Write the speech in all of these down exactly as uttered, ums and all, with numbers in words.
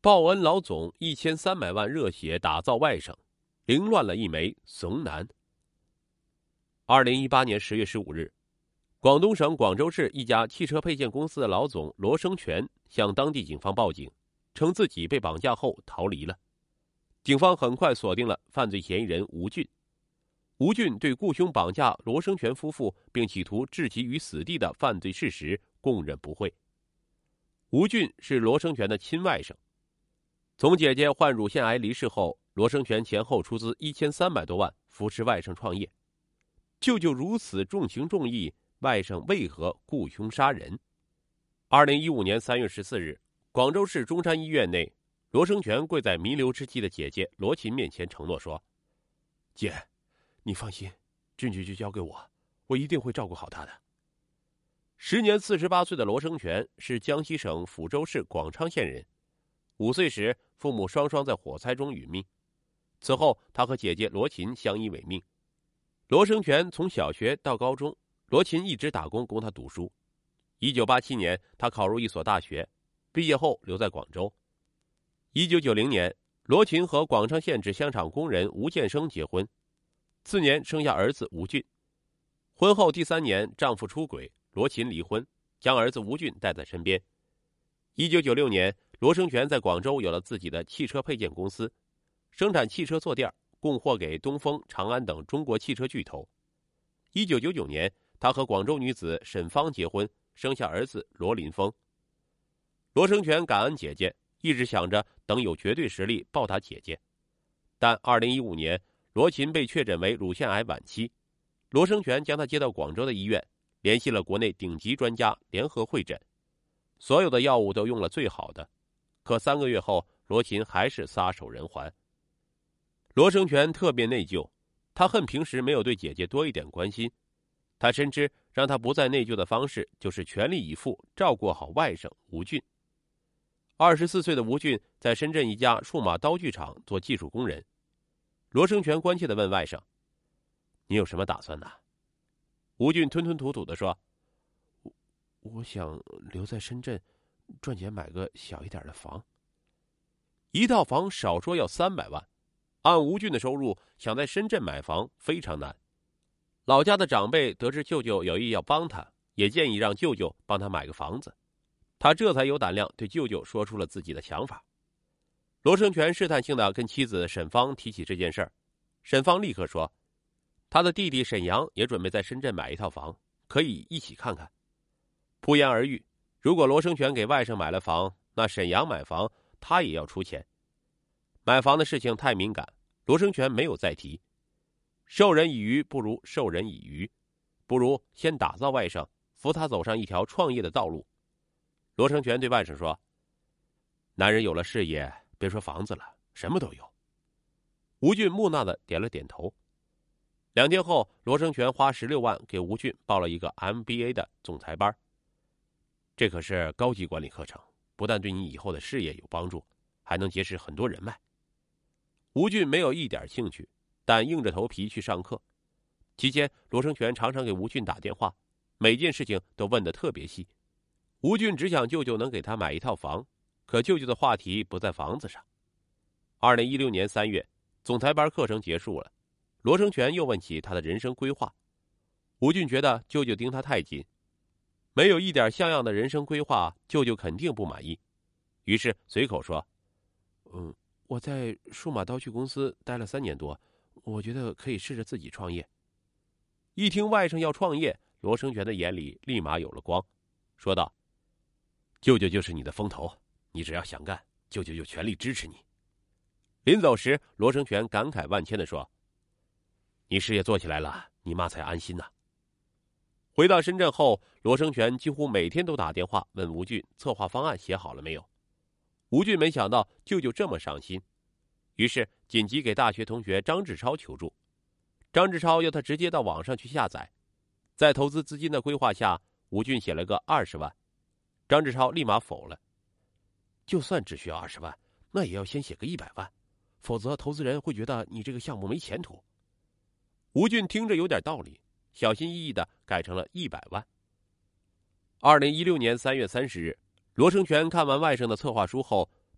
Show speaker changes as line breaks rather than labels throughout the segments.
报恩老总一千三百万热血打造外省，凌乱了一枚怂男。二零一八年十月十五日，广东省广州市一家汽车配件公司的老总罗生全向当地警方报警，称自己被绑架后逃离了。警方很快锁定了犯罪嫌疑人吴俊。吴俊对雇凶绑架罗生全夫妇并企图置其于死地的犯罪事实供认不讳。吴俊是罗生全的亲外甥。从姐姐患乳腺癌离世后，罗生全前后出资一千三百多万扶持外甥创业。舅舅如此重情重义，外甥为何雇凶杀人？二零一五年三月十四日，广州市中山医院内，罗生全跪在弥留之际的姐姐罗琴面前承诺说：“姐，你放心，俊俊就交给我，我一定会照顾好他的。”时年四十八岁的罗生全是江西省抚州市广昌县人。五岁时，父母双双在火灾中殒命。此后，他和姐姐罗琴相依为命。罗生全从小学到高中，罗琴一直打工供他读书。一九八七年，他考入一所大学，毕业后留在广州。一九九零年，罗琴和广昌县纸箱厂工人吴建生结婚，次年生下儿子吴俊。婚后第三年，丈夫出轨，罗琴离婚，将儿子吴俊带在身边。一九九六年，罗生全在广州有了自己的汽车配件公司，生产汽车坐垫，供货给东风、长安等中国汽车巨头。一九九九年，他和广州女子沈芳结婚，生下儿子罗林峰。罗生全感恩姐姐，一直想着等有绝对实力报答姐姐。但二零一五年，罗琴被确诊为乳腺癌晚期，罗生全将她接到广州的医院，联系了国内顶级专家联合会诊，所有的药物都用了最好的。可三个月后，罗琴还是撒手人寰。罗生全特别内疚，他恨平时没有对姐姐多一点关心。他深知让他不再内疚的方式就是全力以赴照顾好外甥吴俊。二十四岁的吴俊在深圳一家数码刀具厂做技术工人。罗生全关切地问外甥：“你有什么打算呢？”吴俊吞吞吐吐地说：“我我想留在深圳赚钱买个小一点的房。”一套房少说要三百万，按吴俊的收入，想在深圳买房非常难。老家的长辈得知舅舅有意要帮他，也建议让舅舅帮他买个房子。他这才有胆量对舅舅说出了自己的想法。罗生全试探性地跟妻子沈芳提起这件事儿，沈芳立刻说，他的弟弟沈阳也准备在深圳买一套房，可以一起看看。不言而喻，如果罗生全给外甥买了房，那沈阳买房他也要出钱。买房的事情太敏感，罗生全没有再提。授人以鱼不如授人以渔，不如先打造外甥，扶他走上一条创业的道路。罗生全对外甥说：“男人有了事业，别说房子了，什么都有。”吴俊木讷的点了点头。两天后，罗生全花十六万给吴俊报了一个 M B A 的总裁班。这可是高级管理课程，不但对你以后的事业有帮助，还能结识很多人脉。吴俊没有一点兴趣，但硬着头皮去上课。期间，罗生全常常给吴俊打电话，每件事情都问得特别细。吴俊只想舅舅能给他买一套房，可舅舅的话题不在房子上。二零一六年三月，总裁班课程结束了，罗生全又问起他的人生规划。吴俊觉得舅舅盯他太紧，没有一点像样的人生规划，舅舅肯定不满意。于是随口说：“嗯，我在数码刀具公司待了三年多，我觉得可以试着自己创业。”一听外甥要创业，罗生全的眼里立马有了光，说道：“舅舅就是你的风头，你只要想干，舅舅就全力支持你。”临走时，罗生全感慨万千地说：“你事业做起来了，你妈才安心呐。”回到深圳后，罗生全几乎每天都打电话问吴俊策划方案写好了没有。吴俊没想到舅舅这么上心，于是紧急给大学同学张志超求助。张志超要他直接到网上去下载。在投资资金的规划下，吴俊写了个二十万，张志超立马否了。就算只需要二十万，那也要先写个一百万，否则投资人会觉得你这个项目没前途。吴俊听着有点道理，小心翼翼地改成了一百万。二零一六年三月三十日，罗生全看完外甥的策划书后，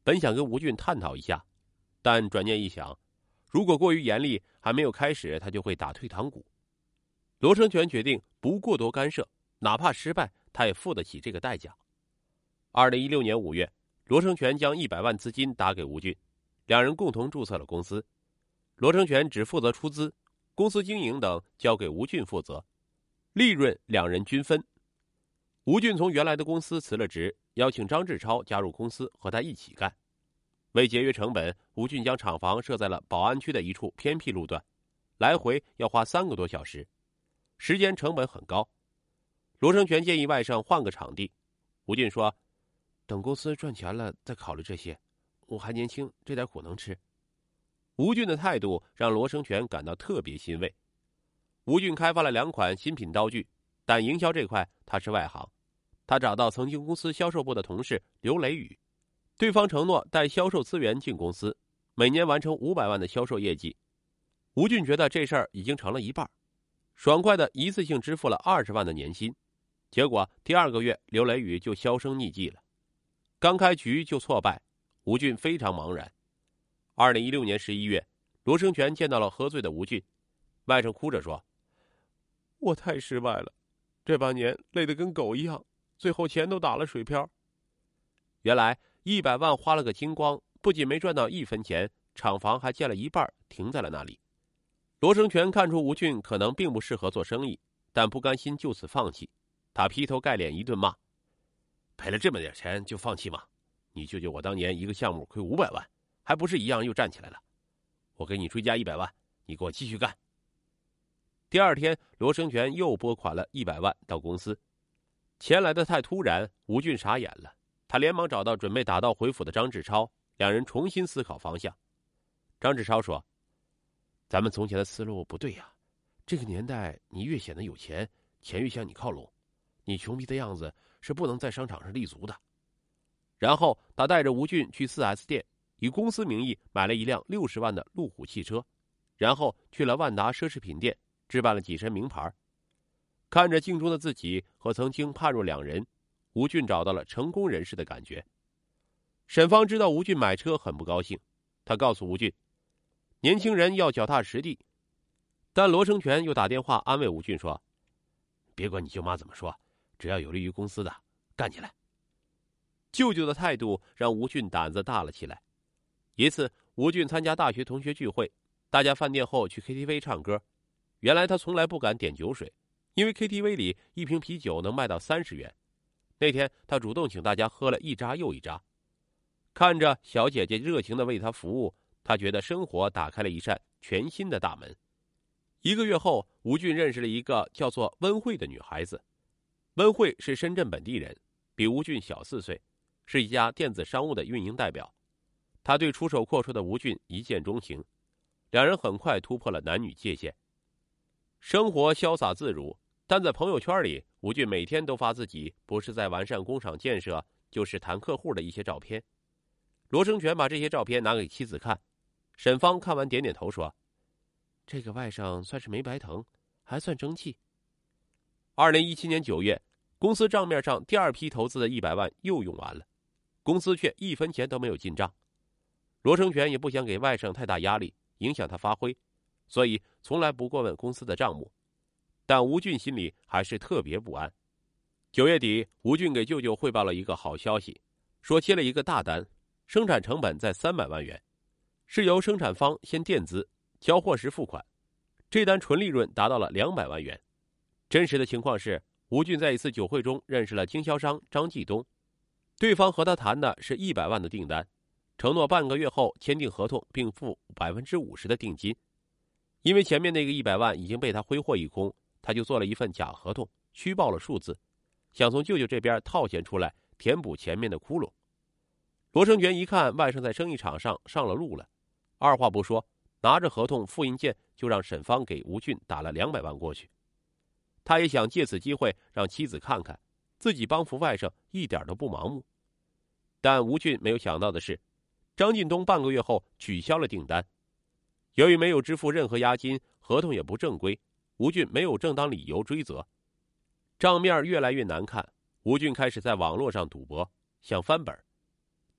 本想跟吴俊探讨一下，但转念一想，如果过于严厉，还没有开始他就会打退堂鼓。罗成全决定不过多干涉，哪怕失败他也付得起这个代价。二零一六年五月，罗成全将一百万资金打给吴俊，两人共同注册了公司。罗成全只负责出资，公司经营等交给吴俊负责，利润两人均分。吴俊从原来的公司辞了职，邀请张志超加入公司和他一起干。为节约成本，吴俊将厂房设在了宝安区的一处偏僻路段，来回要花三个多小时，时间成本很高。罗成全建议外甥换个场地，吴俊说：“等公司赚钱了再考虑这些，我还年轻，这点苦能吃。”吴俊的态度让罗成全感到特别欣慰。吴俊开发了两款新品刀具，但营销这块他是外行。他找到曾经公司销售部的同事刘雷宇，对方承诺带销售资源进公司，每年完成五百万的销售业绩。吴俊觉得这事儿已经成了一半，爽快的一次性支付了二十万的年薪。结果第二个月，刘雷宇就销声匿迹了。刚开局就挫败，吴俊非常茫然。二零一六年十一月，罗成全见到了喝醉的吴俊，外甥哭着说：“我太失败了，这半年累得跟狗一样，最后钱都打了水漂。”原来一百万花了个精光，不仅没赚到一分钱，厂房还建了一半，停在了那里。罗成全看出吴俊可能并不适合做生意，但不甘心就此放弃，他劈头盖脸一顿骂：“赔了这么点钱就放弃吗？你舅舅我当年一个项目亏五百万，还不是一样又站起来了？我给你追加一百万，你给我继续干。”第二天，罗成全又拨款了一百万到公司，钱来得太突然，吴俊傻眼了。他连忙找到准备打道回府的张志超，两人重新思考方向。张志超说：“咱们从前的思路不对呀，这个年代你越显得有钱，钱越向你靠拢，你穷逼的样子是不能在商场上立足的。”然后他带着吴俊去 四 S 店，以公司名义买了一辆六十万的路虎汽车，然后去了万达奢侈品店置办了几身名牌。看着镜中的自己和曾经判若两人，吴俊找到了成功人士的感觉。沈芳知道吴俊买车很不高兴，他告诉吴俊，年轻人要脚踏实地。但罗成全又打电话安慰吴俊说：“别管你舅妈怎么说，只要有利于公司的，干起来。”舅舅的态度让吴俊胆子大了起来。一次，吴俊参加大学同学聚会，大家饭店后去 K T V 唱歌。原来他从来不敢点酒水，因为 K T V 里一瓶啤酒能卖到三十元。那天他主动请大家喝了一扎又一扎，看着小姐姐热情地为他服务，他觉得生活打开了一扇全新的大门。一个月后，吴俊认识了一个叫做温慧的女孩子。温慧是深圳本地人，比吴俊小四岁，是一家电子商务的运营代表。他对出手阔绰的吴俊一见钟情，两人很快突破了男女界限，生活潇洒自如。但在朋友圈里，吴俊每天都发自己不是在完善工厂建设，就是谈客户的一些照片。罗成全把这些照片拿给妻子看，沈芳看完点点头说：“这个外甥算是没白疼，还算争气。”二零一七年九月，公司账面上第二批投资的一百万又用完了，公司却一分钱都没有进账。罗成全也不想给外甥太大压力，影响他发挥，所以从来不过问公司的账目。但吴俊心里还是特别不安。九月底，吴俊给舅舅汇报了一个好消息，说接了一个大单，生产成本在三百万元，是由生产方先垫资，交货时付款。这单纯利润达到了两百万元。真实的情况是，吴俊在一次酒会中认识了经销商张继东，对方和他谈的是一百万的订单，承诺半个月后签订合同并付百分之五十的定金。因为前面那个一百万已经被他挥霍一空，他就做了一份假合同，虚报了数字，想从舅舅这边套钱出来，填补前面的窟窿。罗成全一看外甥在生意场上上了路了，二话不说，拿着合同复印件就让沈芳给吴俊打了两百万过去。他也想借此机会让妻子看看自己帮扶外甥一点都不盲目。但吴俊没有想到的是，张近东半个月后取消了订单。由于没有支付任何押金，合同也不正规，吴俊没有正当理由追责，账面越来越难看。吴俊开始在网络上赌博，想翻本，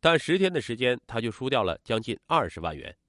但十天的时间他就输掉了将近二十万元。